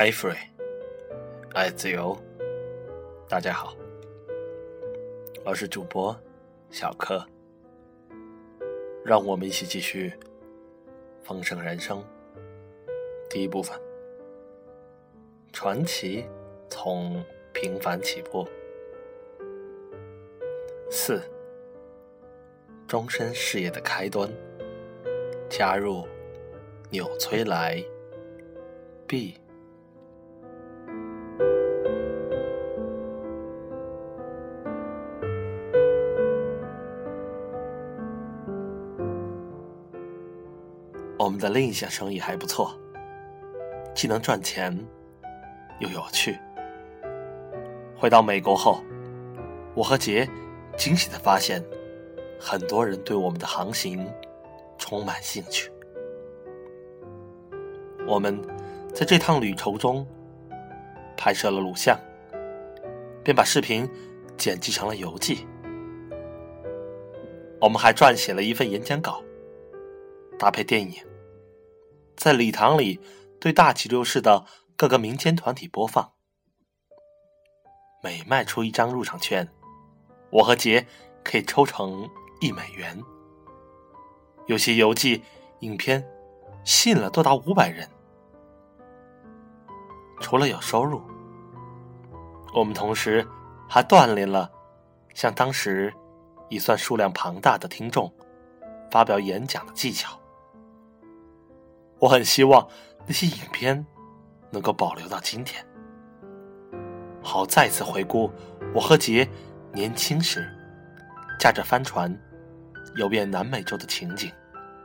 爱 free， 爱自由。大家好，我是主播小柯，让我们一起继续丰盛人生。第一部分，传奇从平凡起步。4. 终身事业的开端，加入纽崔莱 B。我们的另一项生意还不错，既能赚钱又有趣。回到美国后，我和杰惊喜地发现，很多人对我们的航行充满兴趣。我们在这趟旅程中拍摄了录像，便把视频剪辑成了游记。我们还撰写了一份演讲稿，搭配电影，在礼堂里对大吉六市的各个民间团体播放。每卖出一张入场券，我和杰可以抽成$1。有些游记影片吸引了多达500人。除了有收入，我们同时还锻炼了向当时已算数量庞大的听众发表演讲的技巧。我很希望那些影片能够保留到今天，好再次回顾我和杰年轻时驾着帆船游遍南美洲的情景。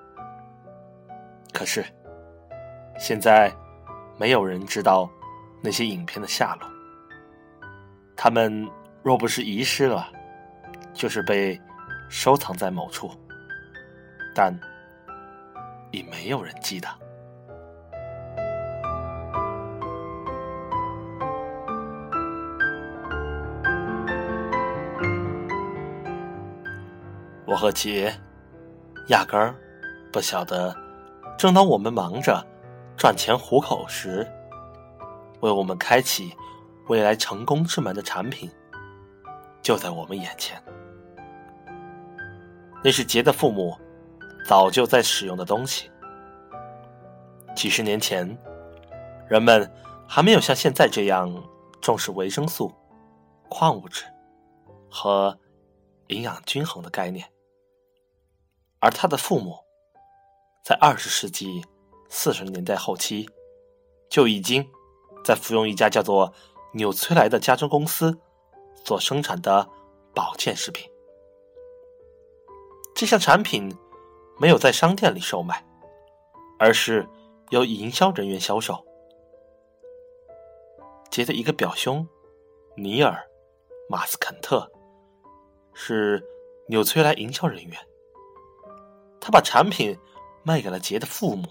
可是现在没有人知道那些影片的下落，他们若不是遗失了，就是被收藏在某处，但已没有人记得。我和杰压根儿不晓得，正当我们忙着赚钱糊口时，为我们开启未来成功之门的产品就在我们眼前。那是杰的父母早就在使用的东西。几十年前，人们还没有像现在这样重视维生素、矿物质和营养均衡的概念，而他的父母在20世纪40年代后期就已经在服用一家叫做纽崔莱的家中公司所生产的保健食品。这项产品没有在商店里售卖，而是由营销人员销售。杰的一个表兄尼尔·马斯肯特是纽崔莱营销人员，他把产品卖给了杰的父母。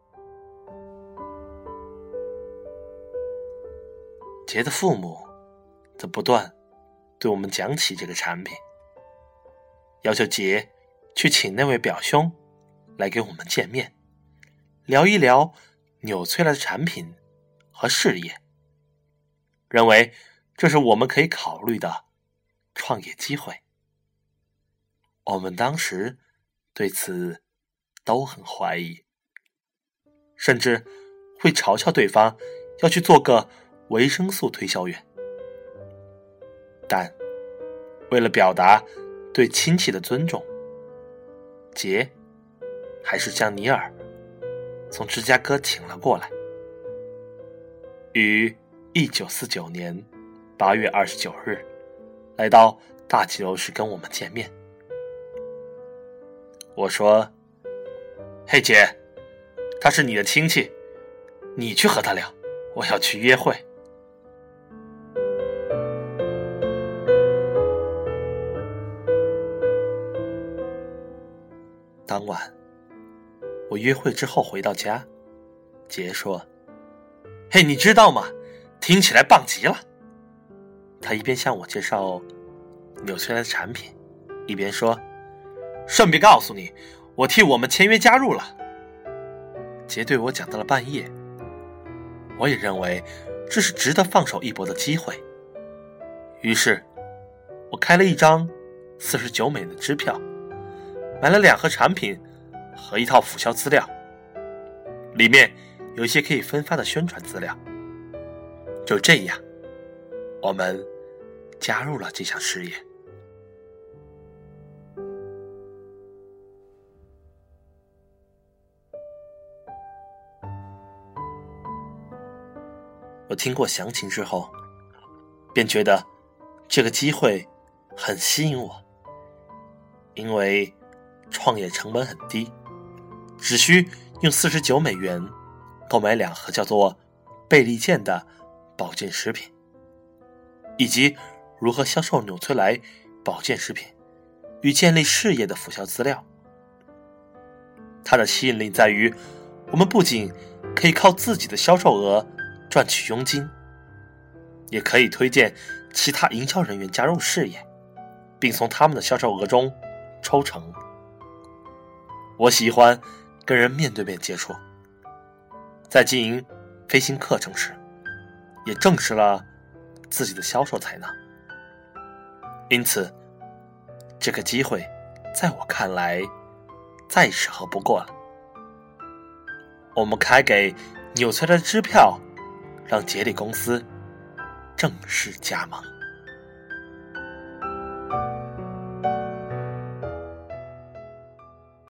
杰的父母则不断对我们讲起这个产品，要求杰去请那位表兄来给我们见面，聊一聊纽崔莱的产品和事业，认为这是我们可以考虑的创业机会。我们当时对此都很怀疑，甚至会嘲笑对方要去做个维生素推销员。但为了表达对亲戚的尊重，杰还是将尼尔从芝加哥请了过来，于1949年8月29日来到大吉楼市跟我们见面。我说：嘿姐，他是你的亲戚，你去和他聊，我要去约会。当晚我约会之后回到家，杰说：嘿，你知道吗？听起来棒极了。他一边向我介绍纽崔莱的产品，一边说：顺便告诉你，我替我们签约加入了。杰对我讲到了半夜， 我也认为这是值得放手一搏的机会。于是我开了一张49美元的支票，买了2盒产品和一套辅销资料，里面有一些可以分发的宣传资料。就这样，我们加入了这项事业。我听过详情之后，便觉得这个机会很吸引我，因为创业成本很低，只需用49美元购买2盒叫做贝利健的保健食品，以及如何销售纽崔莱保健食品与建立事业的辅销资料。它的吸引力在于，我们不仅可以靠自己的销售额赚取佣金，也可以推荐其他营销人员加入事业，并从他们的销售额中抽成。我喜欢跟人面对面接触，在经营飞行课程时，也证实了自己的销售才能。因此，这个机会在我看来再适合不过了。我们开给纽崔莱的支票，让杰里公司正式加盟。